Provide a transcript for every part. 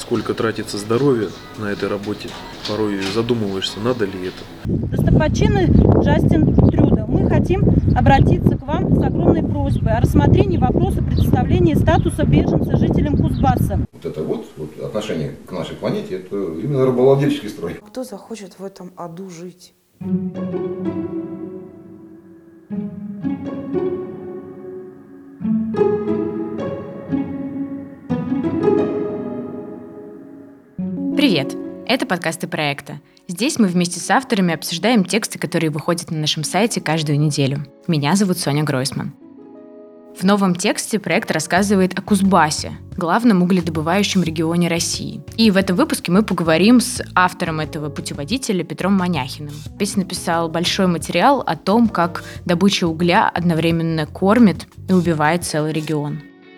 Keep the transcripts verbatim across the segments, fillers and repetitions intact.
сколько тратится здоровье на этой работе. Порой задумываешься, надо ли это. Достопочтенный Джастин Трюдо, мы хотим обратиться к вам с огромной просьбой о рассмотрении вопроса предоставления статуса беженца жителям Кузбасса. Вот это вот, вот отношение к нашей планете, это именно рабовладельческий строй. Кто захочет в этом аду жить? Привет! Это подкасты проекта. Здесь мы вместе с авторами обсуждаем тексты, которые выходят на нашем сайте каждую неделю. Меня зовут Соня Гройсман. В новом тексте проект рассказывает о Кузбассе, главном угледобывающем регионе России. И в этом выпуске мы поговорим с автором этого путеводителя Петром Маняхиным. Петя написал большой материал о том, как добыча угля одновременно кормит и убивает целый регион.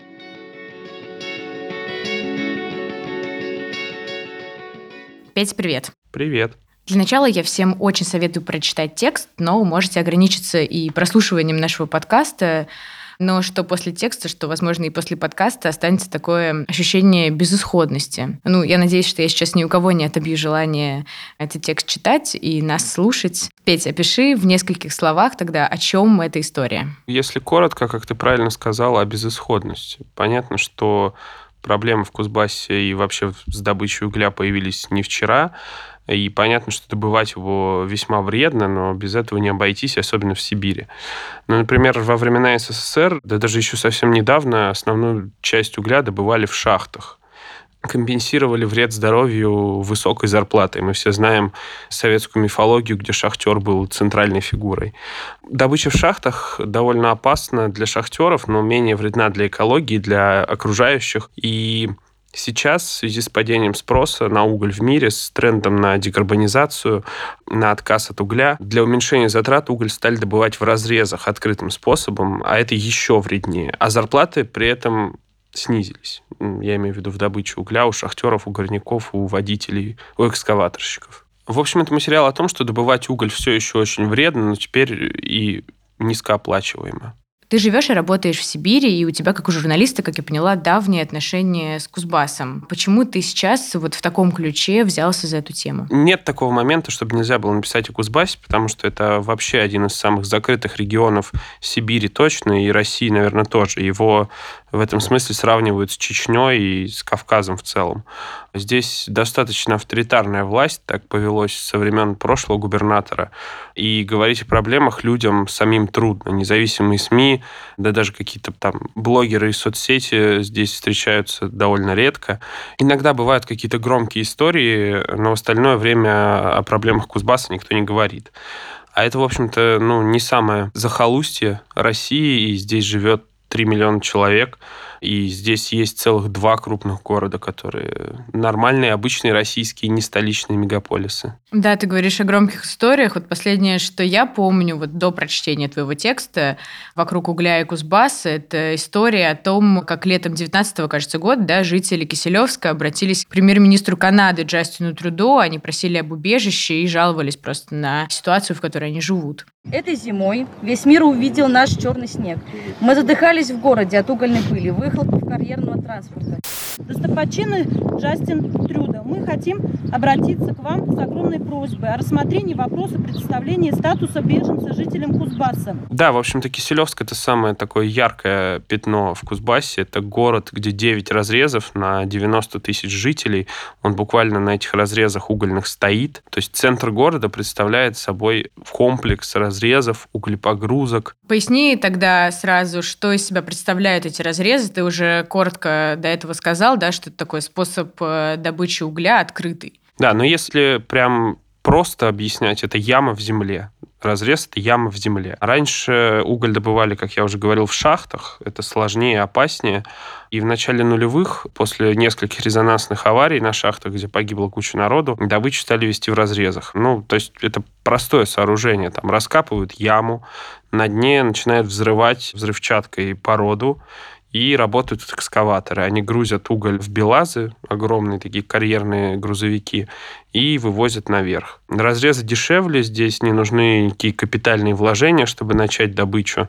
Петя, привет. Привет. Для начала я всем очень советую прочитать текст, но можете ограничиться и прослушиванием нашего подкаста, но что после текста, что, возможно, и после подкаста останется такое ощущение безысходности. Ну, я надеюсь, что я сейчас ни у кого не отобью желание этот текст читать и нас слушать. Петя, опиши в нескольких словах тогда, о чем эта история. Если коротко, как ты правильно сказала, о безысходности. Понятно, что проблемы в Кузбассе и вообще с добычей угля появились не вчера, и понятно, что добывать его весьма вредно, но без этого не обойтись, особенно в Сибири. Ну, например, во времена СССР, да даже еще совсем недавно, основную часть угля добывали в шахтах. Компенсировали вред здоровью высокой зарплатой. Мы все знаем советскую мифологию, где шахтер был центральной фигурой. Добыча в шахтах довольно опасна для шахтеров, но менее вредна для экологии, для окружающих. И сейчас, в связи с падением спроса на уголь в мире, с трендом на декарбонизацию, на отказ от угля, для уменьшения затрат уголь стали добывать в разрезах открытым способом, а это еще вреднее. А зарплаты при этом снизились. Я имею в виду в добыче угля у шахтеров, у горняков, у водителей, у экскаваторщиков. В общем, это материал о том, что добывать уголь все еще очень вредно, но теперь и низкооплачиваемо. Ты живешь и работаешь в Сибири, и у тебя, как у журналиста, как я поняла, давние отношения с Кузбассом. Почему ты сейчас вот в таком ключе взялся за эту тему? Нет такого момента, чтобы нельзя было написать о Кузбассе, потому что это вообще один из самых закрытых регионов Сибири точно, и России, наверное, тоже. Его в этом смысле сравнивают с Чечней и с Кавказом в целом. Здесь достаточно авторитарная власть, так повелось со времен прошлого губернатора. И говорить о проблемах людям самим трудно. Независимые СМИ, да даже какие-то там блогеры из соцсети здесь встречаются довольно редко. Иногда бывают какие-то громкие истории, но в остальное время о проблемах Кузбасса никто не говорит. А это, в общем-то, ну, не самое захолустье России, и здесь живет три миллиона человек, и здесь есть целых два крупных города, которые нормальные, обычные российские, не столичные мегаполисы. Да, ты говоришь о громких историях. Вот последнее, что я помню вот до прочтения твоего текста «Вокруг угля и Кузбасса», это история о том, как летом девятнадцатого, кажется, года, да, жители Киселевска обратились к премьер-министру Канады Джастину Трюдо. Они просили об убежище и жаловались просто на ситуацию, в которой они живут. Этой зимой весь мир увидел наш черный снег. Мы задыхались в городе от угольной пыли, выхлопов карьерного транспорта. Достопочтенный Джастин Трюдо, мы хотим обратиться к вам с огромной просьбой о рассмотрении вопроса предоставления статуса беженца жителям Кузбасса. Да, в общем-то, Киселевск – это самое такое яркое пятно в Кузбассе. Это город, где девять разрезов на девяносто тысяч жителей. Он буквально на этих разрезах угольных стоит. То есть центр города представляет собой комплекс разрезов, углепогрузок. Поясни тогда сразу, что из себя представляют эти разрезы. Ты уже коротко до этого сказал, да, что это такой способ добычи угля открытый. Да, но если прям просто объяснять, это яма в земле. Разрез – это яма в земле. Раньше уголь добывали, как я уже говорил, в шахтах. Это сложнее, опаснее. И в начале нулевых, после нескольких резонансных аварий на шахтах, где погибла куча народу, добычу стали вести в разрезах. Ну, то есть это простое сооружение. Там раскапывают яму, на дне начинают взрывать взрывчаткой породу, и работают экскаваторы. Они грузят уголь в БелАЗы, огромные такие карьерные грузовики, и вывозят наверх. Разрезы дешевле, здесь не нужны никакие капитальные вложения, чтобы начать добычу.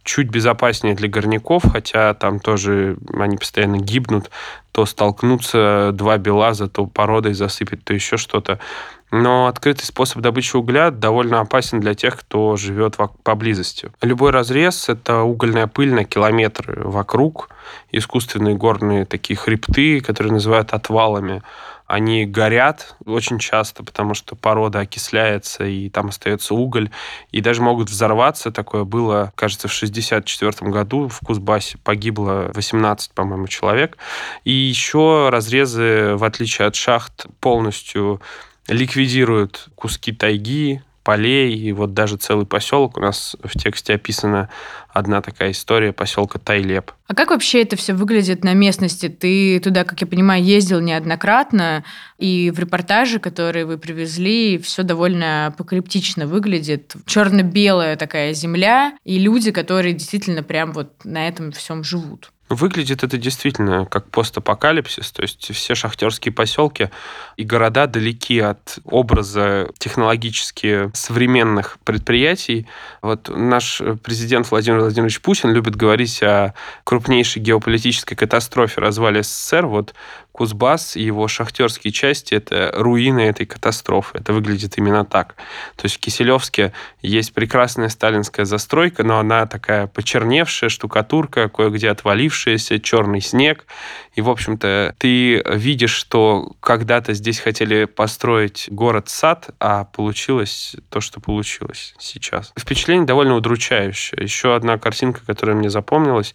чуть безопаснее для горняков, хотя там тоже они постоянно гибнут, то столкнутся два БелАЗа, то породой засыпет, то еще что-то. Но открытый способ добычи угля довольно опасен для тех, кто живет поблизости. Любой разрез – это угольная пыль на километры вокруг, искусственные горные такие хребты, которые называют отвалами. Они горят очень часто, потому что порода окисляется, и там остается уголь, и даже могут взорваться. Такое было, кажется, в шестьдесят четвёртом году в Кузбассе погибло восемнадцать, по-моему, человек. И еще разрезы, в отличие от шахт, полностью ликвидируют куски тайги, полей, и вот даже целый поселок. У нас в тексте описана одна такая история поселка Тайлеп. А как вообще это все выглядит на местности? Ты туда, как я понимаю, ездил неоднократно, и в репортаже, который вы привезли, все довольно апокалиптично выглядит. Черно-белая такая земля, и люди, которые действительно прям вот на этом всем живут. Выглядит это действительно как постапокалипсис, то есть все шахтерские поселки и города далеки от образа технологически современных предприятий. Вот наш президент Владимир Владимирович Путин любит говорить о крупнейшей геополитической катастрофе, развале СССР. Вот Кузбасс и его шахтерские части – это руины этой катастрофы. Это выглядит именно так. То есть в Киселевске есть прекрасная сталинская застройка, но она такая почерневшая, штукатурка, кое-где отвалившаяся, черный снег. И, в общем-то, ты видишь, что когда-то здесь хотели построить город-сад, а получилось то, что получилось сейчас. Впечатление довольно удручающее. Еще одна картинка, которая мне запомнилась,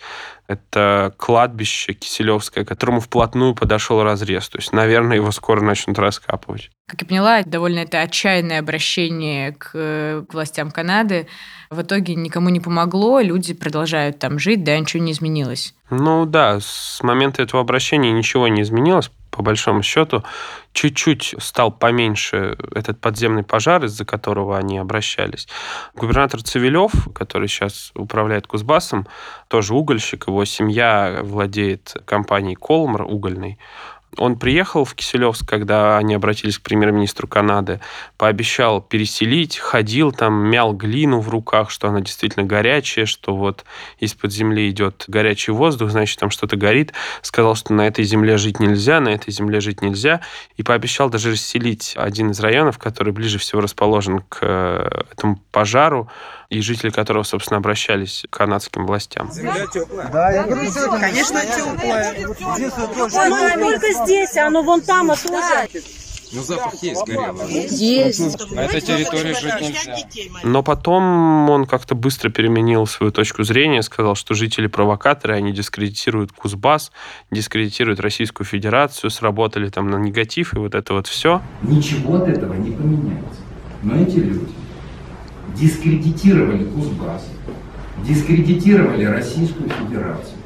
это кладбище Киселевское, к которому вплотную подошел разрез. То есть, наверное, его скоро начнут раскапывать. Как я поняла, довольно это отчаянное обращение к властям Канады в итоге никому не помогло, люди продолжают там жить, да, ничего не изменилось. Ну да, с момента этого обращения ничего не изменилось, по большому счету. Чуть-чуть стал поменьше этот подземный пожар, из-за которого они обращались. Губернатор Цивилев, который сейчас управляет Кузбассом, тоже угольщик, его семья владеет компанией «Колмар» угольной. Он приехал в Киселевск, когда они обратились к премьер-министру Канады, пообещал переселить, ходил там, мял глину в руках, что она действительно горячая, что вот из-под земли идет горячий воздух, значит, там что-то горит. Сказал, что на этой земле жить нельзя, на этой земле жить нельзя. И пообещал даже расселить один из районов, который ближе всего расположен к этому пожару, и жители которого, собственно, обращались к канадским властям. Земля теплая. Да, я говорю, конечно, теплая. Оно не только здесь, оно вон там, а тоже. Ну, запах есть горелый. Есть. На этой территории жить нельзя. Но потом он как-то быстро переменил свою точку зрения, сказал, что жители провокаторы, они дискредитируют Кузбасс, дискредитируют Российскую Федерацию, сработали там на негатив, и вот это вот все. Ничего от этого не поменяется. Но эти люди дискредитировали Кузбасс, дискредитировали Российскую Федерацию.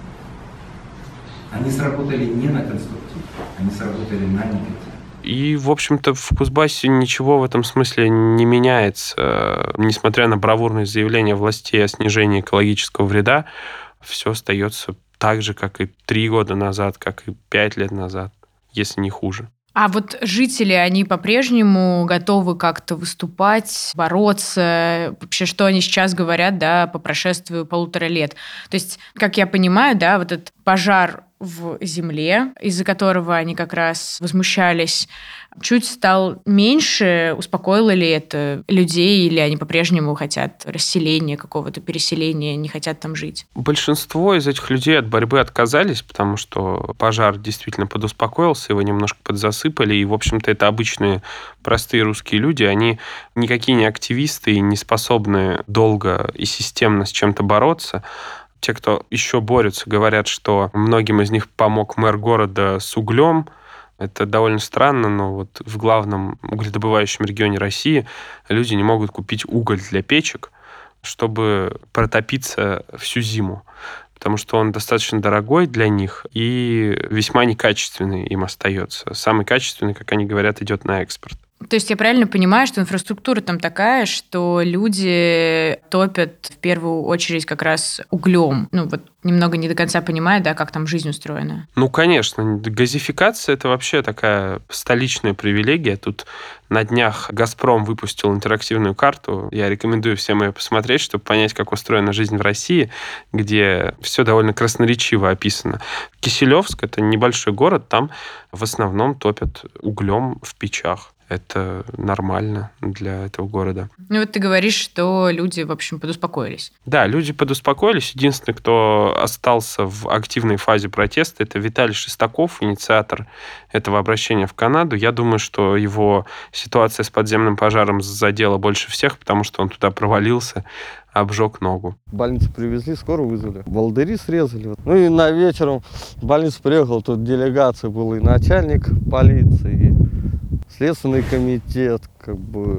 Они сработали не на конструктив, они сработали на негатив. И, в общем-то, в Кузбассе ничего в этом смысле не меняется. Несмотря на бравурные заявления властей о снижении экологического вреда, все остается так же, как и три года назад, как и пять лет назад, если не хуже. А вот жители, они по-прежнему готовы как-то выступать, бороться? Вообще, что они сейчас говорят, да, по прошествию полутора лет? То есть, как я понимаю, да, вот этот пожар в земле, из-за которого они как раз возмущались, чуть стал меньше. Успокоило ли это людей, или они по-прежнему хотят расселения, какого-то переселения, не хотят там жить? Большинство из этих людей от борьбы отказались, потому что пожар действительно подуспокоился, его немножко подзасыпали, и, в общем-то, это обычные простые русские люди, они никакие не активисты и не способны долго и системно с чем-то бороться. Те, кто еще борются, говорят, что многим из них помог мэр города с углем. Это довольно странно, но вот в главном угледобывающем регионе России люди не могут купить уголь для печек, чтобы протопиться всю зиму, потому что он достаточно дорогой для них и весьма некачественный им остается. Самый качественный, как они говорят, идет на экспорт. То есть я правильно понимаю, что инфраструктура там такая, что люди топят в первую очередь как раз углем. Ну, вот немного не до конца понимаю, да, как там жизнь устроена. Ну, конечно. Газификация – это вообще такая столичная привилегия. Тут на днях «Газпром» выпустил интерактивную карту. Я рекомендую всем ее посмотреть, чтобы понять, как устроена жизнь в России, где все довольно красноречиво описано. Киселевск – это небольшой город, там в основном топят углем в печах. Это нормально для этого города. Ну вот ты говоришь, что люди, в общем, подуспокоились. Да, люди подуспокоились. Единственный, кто остался в активной фазе протеста, это Виталий Шестаков, инициатор этого обращения в Канаду. Я думаю, что его ситуация с подземным пожаром задела больше всех, потому что он туда провалился, обжег ногу. В больницу привезли, скорую вызвали. Волдыри срезали. Ну и на вечером в больницу приехал, тут делегация была и начальник полиции, и следственный комитет, как бы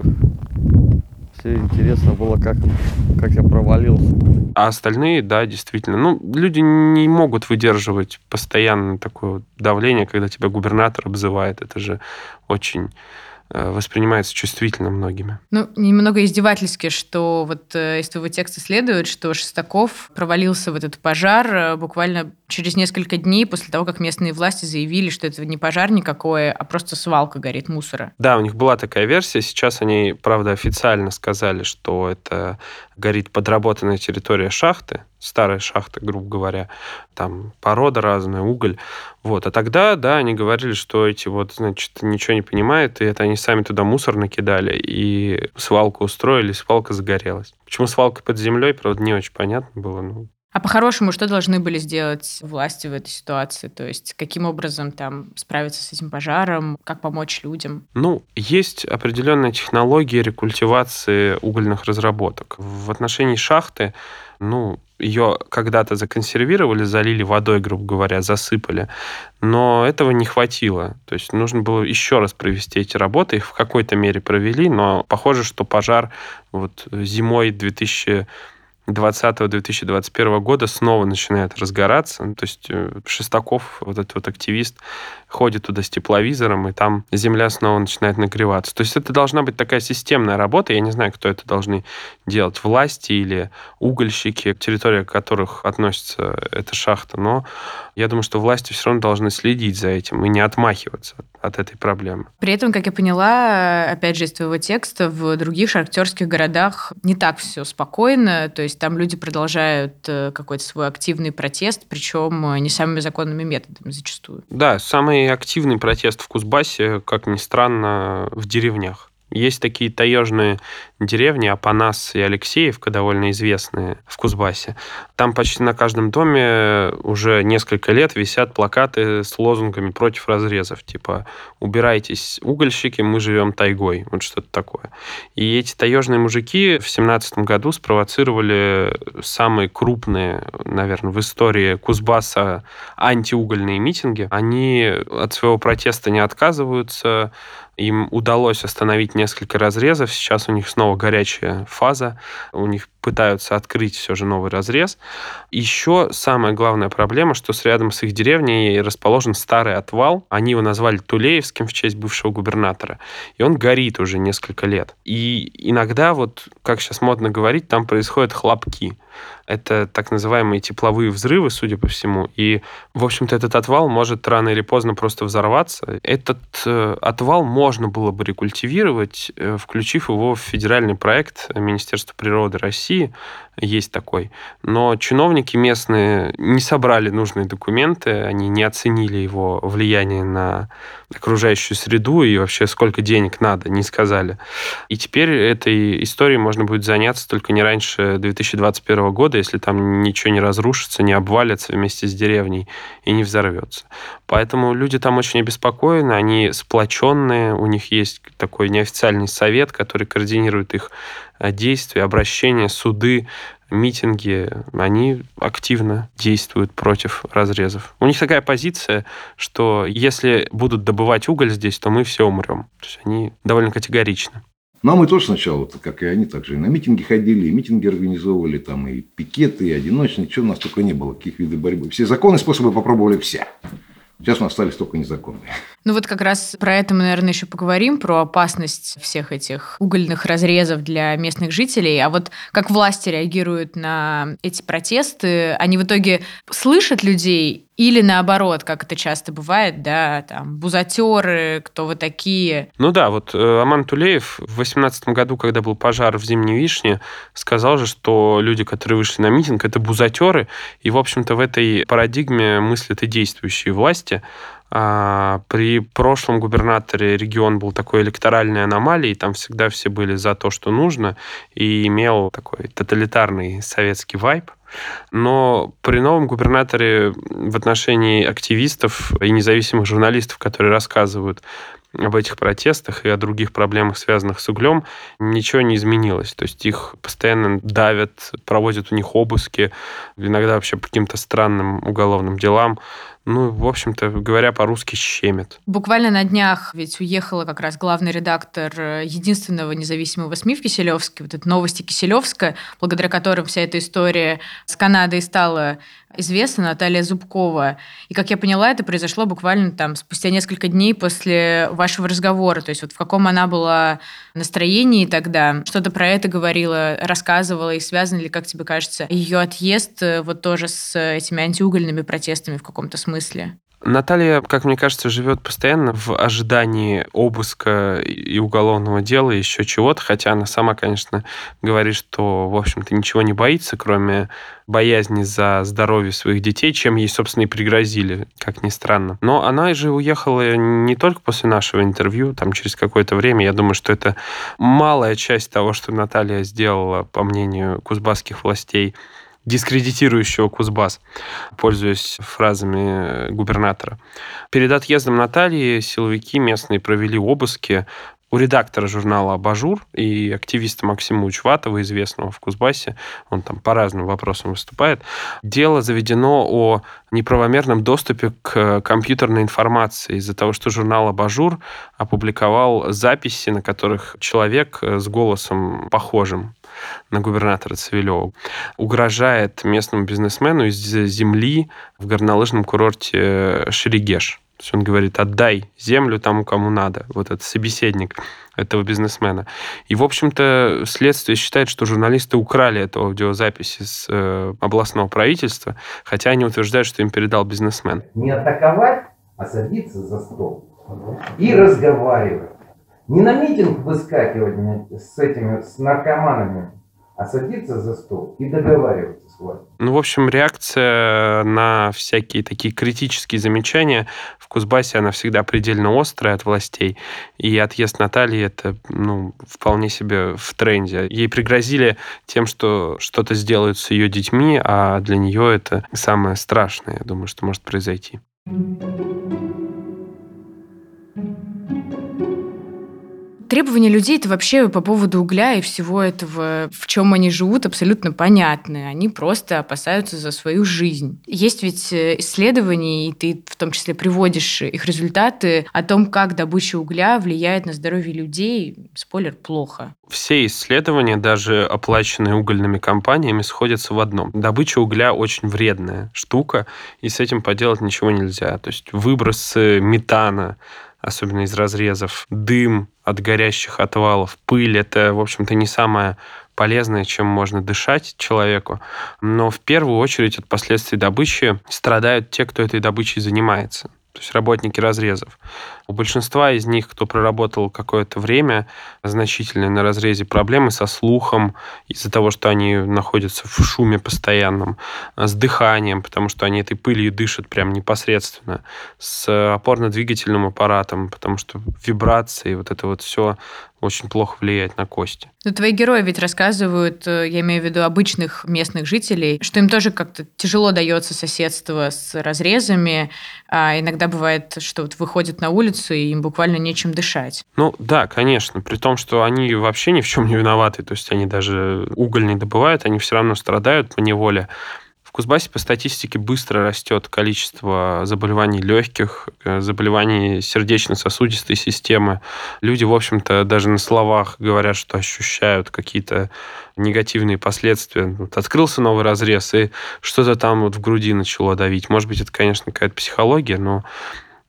все интересно было, как, как я провалился. А остальные, да, действительно. Ну, люди не могут выдерживать постоянно такое давление, когда тебя губернатор обзывает. Это же очень воспринимается чувствительно многими. Ну, немного издевательски, что вот из твоего текста следует, что Шестаков провалился в этот пожар буквально через несколько дней после того, как местные власти заявили, что это не пожар никакой, а просто свалка горит мусора. Да, у них была такая версия. Сейчас они, правда, официально сказали, что это горит подработанная территория шахты, старая шахта, грубо говоря, там порода разная, уголь. Вот. А тогда, да, они говорили, что эти вот, значит, ничего не понимают, и это они сами туда мусор накидали, и свалку устроили, и свалка загорелась. Почему свалка под землей, правда, не очень понятно было. Ну. А по-хорошему, что должны были сделать власти в этой ситуации? То есть каким образом там справиться с этим пожаром, как помочь людям? Ну, есть определенная технология рекультивации угольных разработок. В отношении шахты, ну, ее когда-то законсервировали, залили водой, грубо говоря, засыпали, но этого не хватило. То есть нужно было еще раз провести эти работы, их в какой-то мере провели, но похоже, что пожар вот зимой две тысячи двадцатого - две тысячи двадцать первого года снова начинает разгораться. То есть Шестаков, вот этот вот активист, ходит туда с тепловизором, и там земля снова начинает нагреваться. То есть это должна быть такая системная работа. Я не знаю, кто это должны делать, власти или угольщики, территория которых относится эта шахта. Но я думаю, что власти все равно должны следить за этим и не отмахиваться от этой проблемы. При этом, как я поняла, опять же, из твоего текста, в других шахтерских городах не так все спокойно. То есть там люди продолжают какой-то свой активный протест, причем не самыми законными методами зачастую. Да, самый активный протест в Кузбассе, как ни странно, в деревнях. Есть такие таежные деревни, Апанас и Алексеевка, довольно известные в Кузбассе. Там почти на каждом доме уже несколько лет висят плакаты с лозунгами против разрезов. Типа «Убирайтесь, угольщики, мы живем тайгой». Вот что-то такое. И эти таежные мужики в семнадцатом году спровоцировали самые крупные, наверное, в истории Кузбасса антиугольные митинги. Они от своего протеста не отказываются. Им удалось остановить несколько разрезов. Сейчас у них снова горячая фаза. У них пытаются открыть все же новый разрез. Еще самая главная проблема, что с рядом с их деревней расположен старый отвал. Они его назвали Тулеевским в честь бывшего губернатора. И он горит уже несколько лет. И иногда, вот как сейчас модно говорить, там происходят хлопки. Это так называемые тепловые взрывы, судя по всему. И, в общем-то, этот отвал может рано или поздно просто взорваться. Этот э, отвал можно было бы рекультивировать, э, включив его в федеральный проект Министерства природы России. Есть такой. Но чиновники местные не собрали нужные документы, они не оценили его влияние на окружающую среду и вообще сколько денег надо, не сказали. И теперь этой историей можно будет заняться только не раньше две тысячи двадцать первого года, если там ничего не разрушится, не обвалится вместе с деревней и не взорвется. Поэтому люди там очень обеспокоены, они сплоченные, у них есть такой неофициальный совет, который координирует их действия, обращения, суды, митинги, они активно действуют против разрезов. У них такая позиция, что если будут добывать уголь здесь, то мы все умрем. То есть они довольно категоричны. Ну, а мы тоже сначала, вот, как и они, также и на митинги ходили, и митинги организовывали, там и пикеты, и одиночные, чего у нас только не было, каких видов борьбы. Все законные способы попробовали все. Сейчас у нас остались только незаконные. Ну вот как раз про это мы, наверное, еще поговорим, про опасность всех этих угольных разрезов для местных жителей. А вот как власти реагируют на эти протесты? Они в итоге слышат людей или наоборот, как это часто бывает, да, там, бузатеры, кто вы такие? Ну да, вот э, Аман Тулеев в две тысячи восемнадцатом году, когда был пожар в Зимней Вишне, сказал же, что люди, которые вышли на митинг, это бузатеры, и, в общем-то, в этой парадигме мыслят и действующие власти. А при прошлом губернаторе регион был такой электоральной аномалией, там всегда все были за то, что нужно, и имел такой тоталитарный советский вайб. Но при новом губернаторе в отношении активистов и независимых журналистов, которые рассказывают об этих протестах и о других проблемах, связанных с углем, ничего не изменилось. То есть их постоянно давят, проводят у них обыски, иногда вообще по каким-то странным уголовным делам. Ну, в общем-то, говоря по-русски, щемит. Буквально на днях ведь уехала как раз главный редактор единственного независимого СМИ в Киселевске, вот это «Новости Киселевска», благодаря которым вся эта история с Канадой стала известна, Наталья Зубкова. И, как я поняла, это произошло буквально там спустя несколько дней после вашего разговора. То есть вот в каком она была настроении тогда, что-то про это говорила, рассказывала, и связан ли, как тебе кажется, ее отъезд вот тоже с этими антиугольными протестами в каком-то смысле? Наталья, как мне кажется, живет постоянно в ожидании обыска и уголовного дела, еще чего-то, хотя она сама, конечно, говорит, что, в общем-то, ничего не боится, кроме боязни за здоровье своих детей, чем ей, собственно, и пригрозили, как ни странно. Но она же уехала не только после нашего интервью, там, через какое-то время. Я думаю, что это малая часть того, что Наталья сделала, по мнению кузбасских властей, дискредитирующего Кузбасс, пользуясь фразами губернатора. Перед отъездом Натальи силовики местные провели обыски у редактора журнала «Абажур» и активиста Максима Учватова, известного в Кузбассе, он там по разным вопросам выступает. Дело заведено о неправомерном доступе к компьютерной информации из-за того, что журнал «Абажур» опубликовал записи, на которых человек с голосом похожим на губернатора Цивилева угрожает местному бизнесмену из земли в горнолыжном курорте Шерегеш. То есть он говорит: отдай землю тому, кому надо. Вот это собеседник этого бизнесмена. И, в общем-то, следствие считает, что журналисты украли эту аудиозаписи с э, областного правительства, хотя они утверждают, что им передал бизнесмен. Не атаковать, а садиться за стол и разговаривать. Не на митинг выскакивать с этими, с наркоманами, а садиться за стол и договариваться с властью. Ну, в общем, реакция на всякие такие критические замечания в Кузбассе, она всегда предельно острая от властей. И отъезд Натальи — это, ну, вполне себе в тренде. Ей пригрозили тем, что что-то сделают с ее детьми, а для нее это самое страшное, я думаю, что может произойти. Требования людей это вообще по поводу угля и всего этого, в чем они живут, абсолютно понятны. Они просто опасаются за свою жизнь. Есть ведь исследования, и ты в том числе приводишь их результаты о том, как добыча угля влияет на здоровье людей. Спойлер, плохо. Все исследования, даже оплаченные угольными компаниями, сходятся в одном. Добыча угля очень вредная штука, и с этим поделать ничего нельзя. То есть выбросы метана, особенно из разрезов, дым от горящих отвалов, пыль — это, в общем-то, не самое полезное, чем можно дышать человеку. Но в первую очередь от последствий добычи страдают те, кто этой добычей занимается. То есть работники разрезов. У большинства из них, кто проработал какое-то время значительное на разрезе, проблемы со слухом из-за того, что они находятся в шуме постоянном, с дыханием, потому что они этой пылью дышат прям непосредственно, с опорно-двигательным аппаратом, потому что вибрации, вот это вот все очень плохо влияет на кости. Но твои герои ведь рассказывают, я имею в виду обычных местных жителей, что им тоже как-то тяжело дается соседство с разрезами, а иногда бывает, что вот выходят на улицу, и им буквально нечем дышать. Ну да, конечно, при том, что они вообще ни в чем не виноваты, то есть они даже уголь не добывают, они все равно страдают поневоле. В Кузбассе по статистике быстро растет количество заболеваний легких, заболеваний сердечно-сосудистой системы. Люди, в общем-то, даже на словах говорят, что ощущают какие-то негативные последствия. Вот открылся новый разрез, и что-то там вот в груди начало давить. Может быть, это, конечно, какая-то психология, но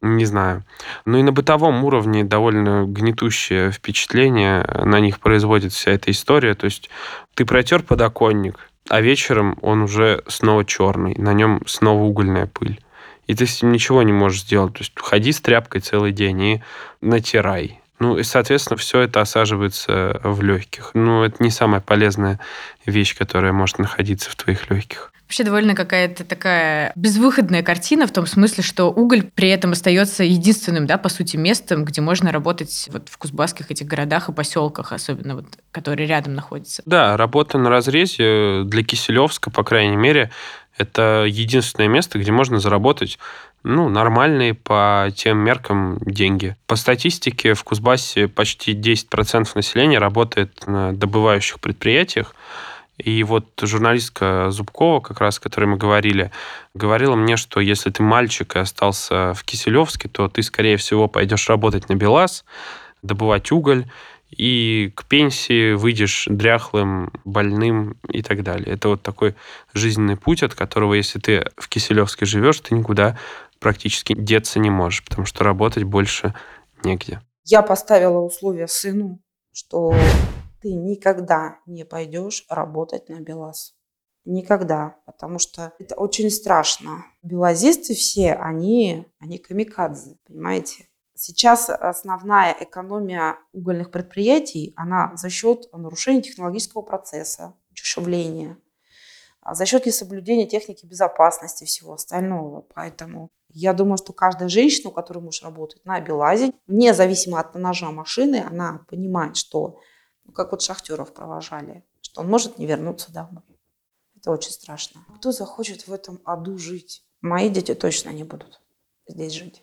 Не знаю. Ну и на бытовом уровне довольно гнетущее впечатление на них производит вся эта история. То есть ты протер подоконник, а вечером он уже снова черный, на нем снова угольная пыль. И ты с ним ничего не можешь сделать. То есть ходи с тряпкой целый день и натирай. Ну и, соответственно, все это осаживается в легких. Ну, это не самая полезная вещь, которая может находиться в твоих легких. Вообще довольно какая-то такая безвыходная картина в том смысле, что уголь при этом остается единственным, да, по сути, местом, где можно работать вот в кузбасских этих городах и поселках, особенно вот, которые рядом находятся. Да, работа на разрезе для Киселевска, по крайней мере, это единственное место, где можно заработать ну, нормальные по тем меркам деньги. По статистике в Кузбассе почти десять процентов населения работает на добывающих предприятиях. И вот журналистка Зубкова, как раз, о которой мы говорили, говорила мне, что если ты мальчик и остался в Киселевске, то ты, скорее всего, пойдешь работать на БелАЗ, добывать уголь, и к пенсии выйдешь дряхлым, больным и так далее. Это вот такой жизненный путь, от которого, если ты в Киселевске живешь, ты никуда практически деться не можешь, потому что работать больше негде. Я поставила условие сыну, что ты никогда не пойдешь работать на БелАЗ. Никогда. Потому что это очень страшно. Белазисты все, они, они камикадзе, понимаете? Сейчас основная экономия угольных предприятий, она за счет нарушения технологического процесса, удешевления, за счет несоблюдения техники безопасности и всего остального. Поэтому я думаю, что каждая женщина, у которой муж работает на БелАЗе, независимо от тоннажа машины, она понимает, что, ну, как вот шахтеров провожали, что он может не вернуться домой. Это очень страшно. Кто захочет в этом аду жить? Мои дети точно не будут здесь жить.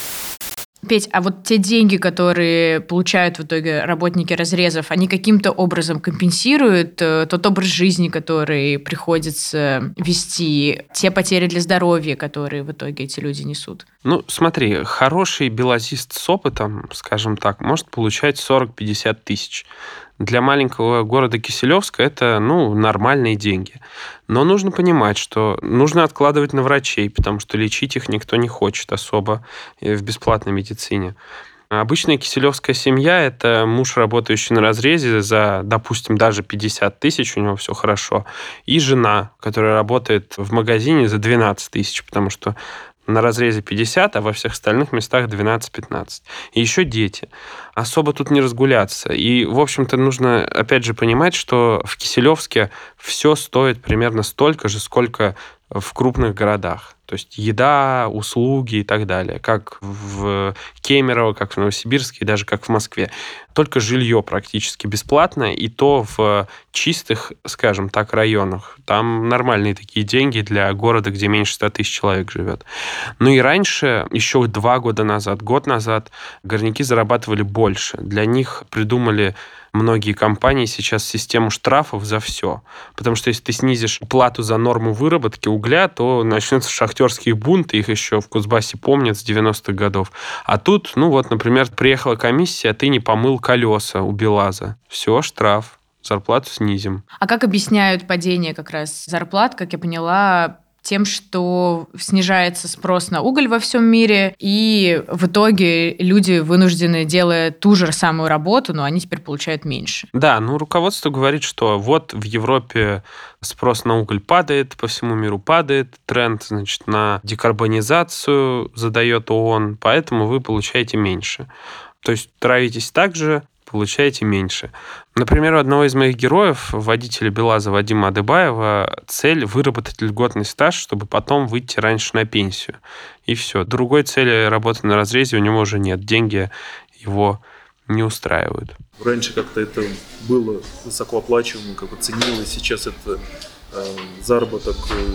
Петь, а вот те деньги, которые получают в итоге работники разрезов, они каким-то образом компенсируют э, тот образ жизни, который приходится вести, те потери для здоровья, которые в итоге эти люди несут? Ну, смотри, хороший белазист с опытом, скажем так, может получать сорок-пятьдесят тысяч. Для маленького города Киселевска это, ну, нормальные деньги. Но нужно понимать, что нужно откладывать на врачей, потому что лечить их никто не хочет особо в бесплатной медицине. Обычная киселевская семья – это муж, работающий на разрезе за, допустим, даже пятьдесят тысяч, у него все хорошо, и жена, которая работает в магазине за двенадцать тысяч, потому что на разрезе пятьдесят, а во всех остальных местах двенадцать-пятнадцать. И еще дети. Особо тут не разгуляться. И, в общем-то, нужно, опять же, понимать, что в Киселевске все стоит примерно столько же, сколько в крупных городах. То есть еда, услуги и так далее. Как в Кемерово, как в Новосибирске и даже как в Москве. Только жилье практически бесплатное, и то в чистых, скажем так, районах. Там нормальные такие деньги для города, где меньше ста тысяч человек живет. Ну и раньше, еще два года назад, год назад, горняки зарабатывали больше. Для них придумали многие компании сейчас систему штрафов за все. Потому что если ты снизишь плату за норму выработки угля, то начнется шахтерский бунт, их еще в Кузбассе помнят с девяностых годов. А тут, ну вот, например, приехала комиссия, а ты не помыл колеса у БелАЗа. Все, штраф, зарплату снизим. А как объясняют падение как раз зарплат, как я поняла, тем, что снижается спрос на уголь во всем мире, и в итоге люди вынуждены, делая ту же самую работу, но они теперь получают меньше. Да, ну руководство говорит, что вот в Европе спрос на уголь падает, по всему миру падает, тренд, значит, на декарбонизацию задает ООН, поэтому вы получаете меньше. То есть травитесь так же, получаете меньше. Например, у одного из моих героев, водителя БелАЗа Вадима Адыбаева, цель выработать льготный стаж, чтобы потом выйти раньше на пенсию. И все. Другой цели работы на разрезе у него уже нет. Деньги его не устраивают. Раньше как-то это было высокооплачиваемо, как бы ценилось. Сейчас это э, заработок э,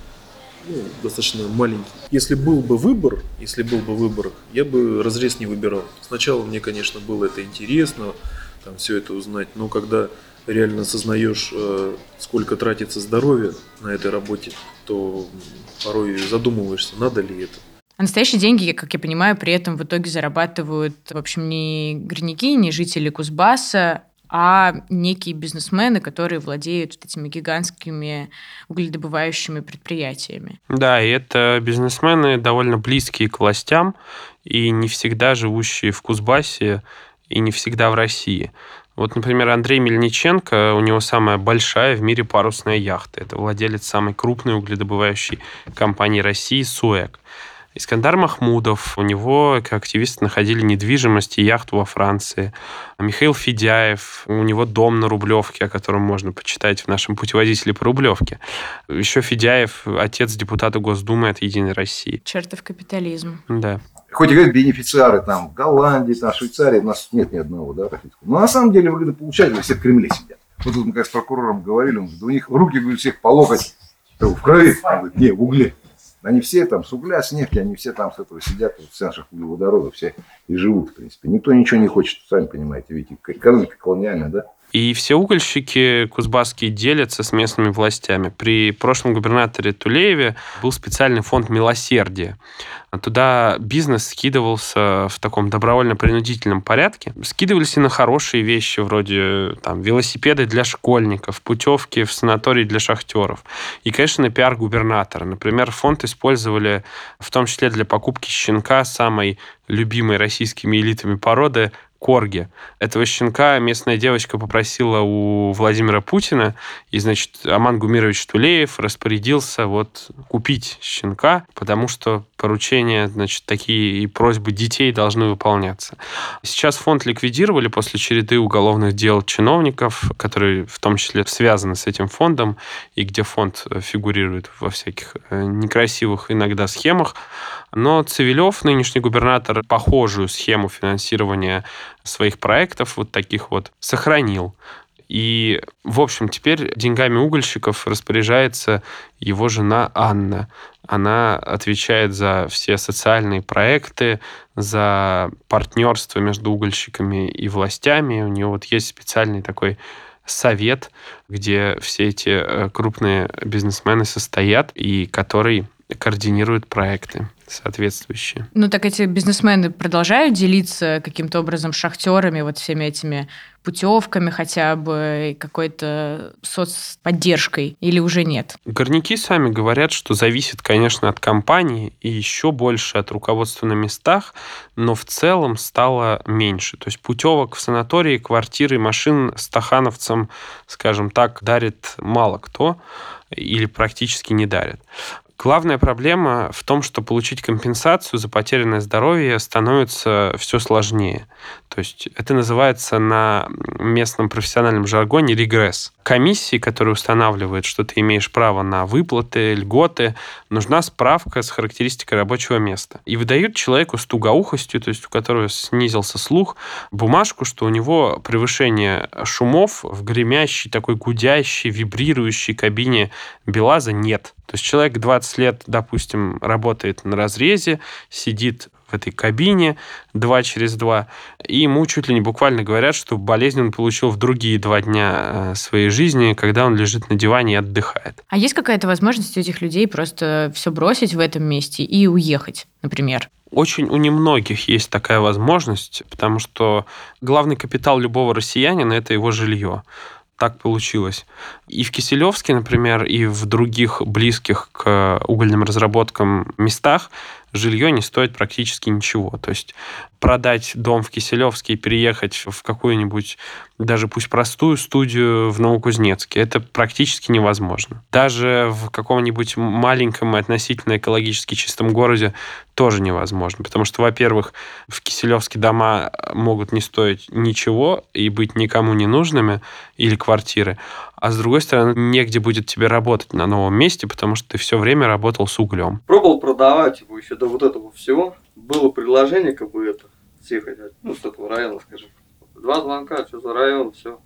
ну, достаточно маленький. Если был бы выбор, если был бы выбор, я бы разрез не выбирал. Сначала мне, конечно, было это интересно, там все это узнать, но когда реально осознаешь, э, сколько тратится здоровье на этой работе, то порой задумываешься, надо ли это. А настоящие деньги, как я понимаю, при этом в итоге зарабатывают, в общем, не горняки, не жители Кузбасса. а некие бизнесмены, которые владеют вот этими гигантскими угледобывающими предприятиями. Да, и это бизнесмены довольно близкие к властям и не всегда живущие в Кузбассе и не всегда в России. Вот, например, Андрей Мельниченко, у него самая большая в мире парусная яхта. Это владелец самой крупной угледобывающей компании России «Суэк». Искандар Махмудов, у него, как активисты, находили недвижимость и яхту во Франции. Михаил Федяев, у него дом на Рублевке, о котором можно почитать в нашем путеводителе по Рублевке. Еще Федяев, отец депутата Госдумы от «Единой России». Чертов капитализм. Да. Хоть и говорят, бенефициары там в Голландии, там, Швейцарии, у нас нет ни одного, да, российского. Но на самом деле выгодополучатели все в Кремле сидят. Вот тут мы как с прокурором говорили, он говорит, у них руки, говорит, всех по локоть в крови. Он говорит, не, в угле. Они все там с угля, с нефти, они все там с этого сидят, с наших углеводородов все и живут, в принципе. Никто ничего не хочет, сами понимаете, видите, экономика колониальная, да? И все угольщики кузбасские делятся с местными властями. При прошлом губернаторе Тулееве был специальный фонд милосердия. Туда бизнес скидывался в таком добровольно-принудительном порядке. Скидывались и на хорошие вещи, вроде там, велосипеды для школьников, путевки в санаторий для шахтеров. И, конечно, на пиар губернатора. Например, фонд использовали в том числе для покупки щенка самой любимой российскими элитами породы корги. Этого щенка местная девочка попросила у Владимира Путина, и, значит, Аман Гумирович Тулеев распорядился вот купить щенка, потому что поручения, значит, такие и просьбы детей должны выполняться. Сейчас фонд ликвидировали после череды уголовных дел чиновников, которые в том числе связаны с этим фондом, и где фонд фигурирует во всяких некрасивых иногда схемах. Но Цивилев, нынешний губернатор, похожую схему финансирования своих проектов, вот таких вот, сохранил. И, в общем, теперь деньгами угольщиков распоряжается его жена Анна. Она отвечает за все социальные проекты, за партнерство между угольщиками и властями. У нее вот есть специальный такой совет, где все эти крупные бизнесмены состоят, и который координирует проекты соответствующие. Ну, так эти бизнесмены продолжают делиться каким-то образом с шахтерами, вот всеми этими путевками хотя бы, какой-то соцподдержкой, или уже нет? Горняки сами говорят, что зависит, конечно, от компании и еще больше от руководства на местах, но в целом стало меньше. То есть путевок в санатории, квартиры, машин стахановцам, скажем так, дарит мало кто или практически не дарит. Главная проблема в том, что получить компенсацию за потерянное здоровье становится все сложнее. То есть это называется на местном профессиональном жаргоне регресс. Комиссии, которая устанавливает, что ты имеешь право на выплаты, льготы, нужна справка с характеристикой рабочего места. И выдают человеку с тугоухостью, то есть у которого снизился слух, бумажку, что у него превышение шумов в гремящей, такой гудящей, вибрирующей кабине БелАЗа нет. То есть человек двадцать лет, допустим, работает на разрезе, сидит в этой кабине два через два, и ему чуть ли не буквально говорят, что болезнь он получил в другие два дня своей жизни, когда он лежит на диване и отдыхает. А есть какая-то возможность у этих людей просто все бросить в этом месте и уехать, например? Очень у немногих есть такая возможность, потому что главный капитал любого россиянина – это его жилье. Так получилось. И в Киселевске, например, и в других близких к угольным разработкам местах жилье не стоит практически ничего. То есть продать дом в Киселевске и переехать в какую-нибудь, даже пусть простую студию в Новокузнецке, это практически невозможно. Даже в каком-нибудь маленьком и относительно экологически чистом городе тоже невозможно. Потому что, во-первых, в Киселевске дома могут не стоить ничего и быть никому не нужными, или квартиры. А с другой стороны, негде будет тебе работать на новом месте, потому что ты все время работал с углем. Пробовал продавать его еще до вот этого всего. Было предложение, как бы это, съехать, ну, с этого района, скажем. Два звонка, что за район, все.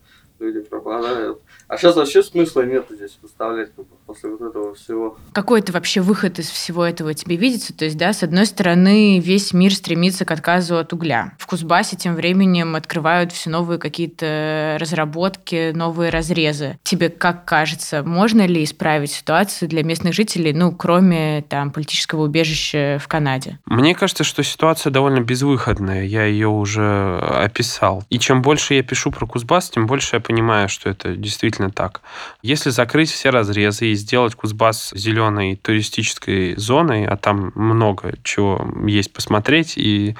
люди пропадают. А сейчас вообще смысла нет здесь выставлять, как бы, после вот этого всего. Какой-то вообще выход из всего этого тебе видится? То есть, да, с одной стороны, весь мир стремится к отказу от угля. В Кузбассе тем временем открывают все новые какие-то разработки, новые разрезы. Тебе как кажется, можно ли исправить ситуацию для местных жителей, ну, кроме там политического убежища в Канаде? Мне кажется, что ситуация довольно безвыходная. Я ее уже описал. И чем больше я пишу про Кузбасс, тем больше я понимаю, что это действительно так. Если закрыть все разрезы и сделать Кузбасс зеленой туристической зоной, а там много чего есть посмотреть и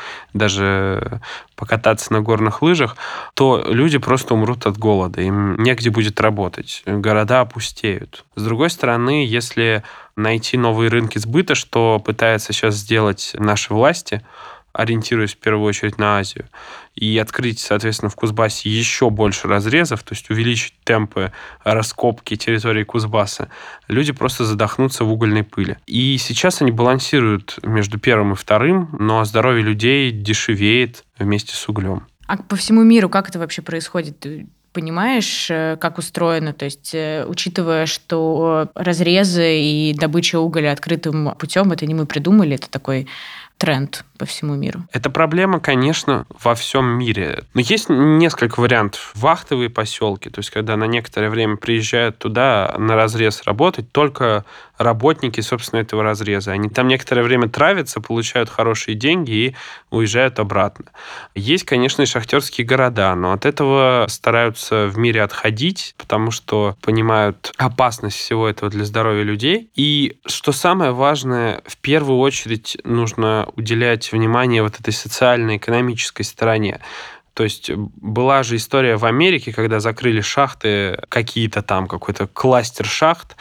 даже покататься на горных лыжах, то люди просто умрут от голода. Им негде будет работать. Города опустеют. С другой стороны, если найти новые рынки сбыта, что пытаются сейчас сделать наши власти, ориентируясь в первую очередь на Азию, и открыть, соответственно, в Кузбассе еще больше разрезов, то есть увеличить темпы раскопки территории Кузбасса, люди просто задохнутся в угольной пыли. И сейчас они балансируют между первым и вторым, но здоровье людей дешевеет вместе с углем. А по всему миру как это вообще происходит? Ты понимаешь, как устроено? То есть, учитывая, что разрезы и добыча угля открытым путем, это не мы придумали, это такой тренд по всему миру. Это проблема, конечно, во всем мире. Но есть несколько вариантов. Вахтовые поселки, то есть когда на некоторое время приезжают туда на разрез работать только работники, собственно, этого разреза. Они там некоторое время травятся, получают хорошие деньги и уезжают обратно. Есть, конечно, и шахтерские города, но от этого стараются в мире отходить, потому что понимают опасность всего этого для здоровья людей. И, что самое важное, в первую очередь нужно уделять внимание вот этой социально-экономической стороне. То есть была же история в Америке, когда закрыли шахты, какие-то там, какой-то кластер шахт,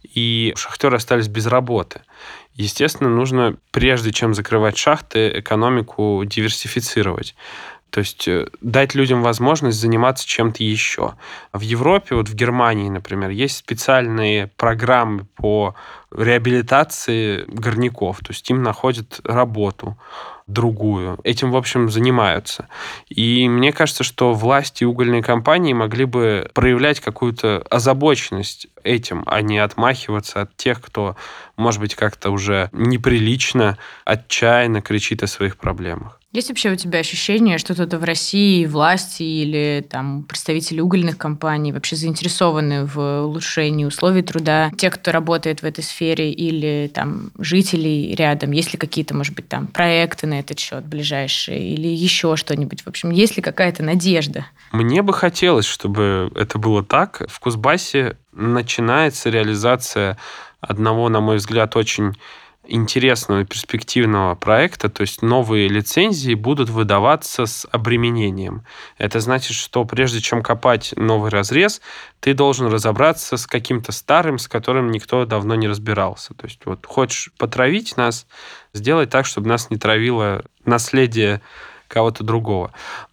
и шахтеры остались без работы. Естественно, нужно, прежде чем закрывать шахты, экономику диверсифицировать. То есть дать людям возможность заниматься чем-то еще. В Европе, вот в Германии, например, есть специальные программы по реабилитации горняков. То есть им находят работу другую. Этим, в общем, занимаются. И мне кажется, что власти и угольные компании могли бы проявлять какую-то озабоченность этим, а не отмахиваться от тех, кто, может быть, как-то уже неприлично, отчаянно кричит о своих проблемах. Есть вообще у тебя ощущение, что кто-то в России, власти или там представители угольных компаний вообще заинтересованы в улучшении условий труда тех, кто работает в этой сфере, или там жителей рядом? Есть ли какие-то, может быть, там проекты на этот счет ближайшие или еще что-нибудь? В общем, есть ли какая-то надежда? Мне бы хотелось, чтобы это было так. В Кузбассе начинается реализация одного, на мой взгляд, очень интересного и перспективного проекта, то есть новые лицензии будут выдаваться с обременением. Это значит, что прежде чем копать новый разрез, ты должен разобраться с каким-то старым, с которым никто давно не разбирался. То есть вот хочешь потравить нас, сделай так, чтобы нас не травило наследие кого-то другого.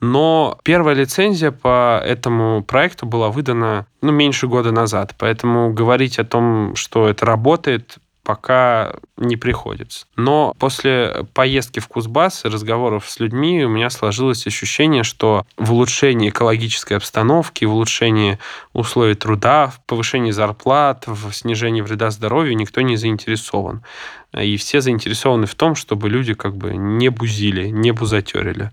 Но первая лицензия по этому проекту была выдана ну, меньше года назад, поэтому говорить о том, что это работает, пока не приходится. Но после поездки в Кузбасс и разговоров с людьми у меня сложилось ощущение, что в улучшении экологической обстановки, в улучшении условий труда, в повышении зарплат, в снижении вреда здоровью никто не заинтересован. И все заинтересованы в том, чтобы люди как бы не бузили, не бузатерили.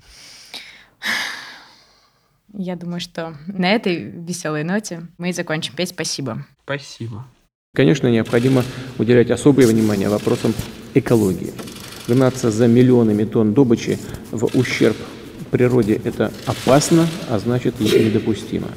Я думаю, что на этой веселой ноте мы и закончим. Петь, спасибо. Спасибо. Конечно, необходимо уделять особое внимание вопросам экологии. Гнаться за миллионами тонн добычи в ущерб природе – это опасно, а значит и недопустимо.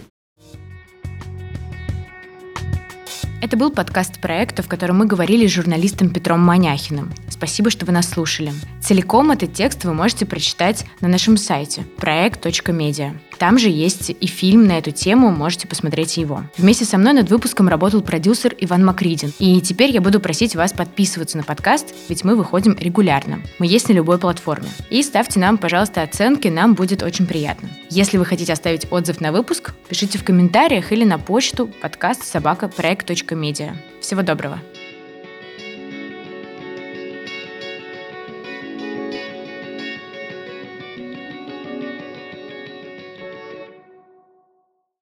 Это был подкаст проекта, в котором мы говорили с журналистом Петром Маняхиным. Спасибо, что вы нас слушали. Целиком этот текст вы можете прочитать на нашем сайте проект точка медиа. Там же есть и фильм на эту тему, можете посмотреть его. Вместе со мной над выпуском работал продюсер Иван Макридин. И теперь я буду просить вас подписываться на подкаст, ведь мы выходим регулярно. Мы есть на любой платформе. И ставьте нам, пожалуйста, оценки, нам будет очень приятно. Если вы хотите оставить отзыв на выпуск, пишите в комментариях или на почту подкаст собака проект точка медиа. Всего доброго.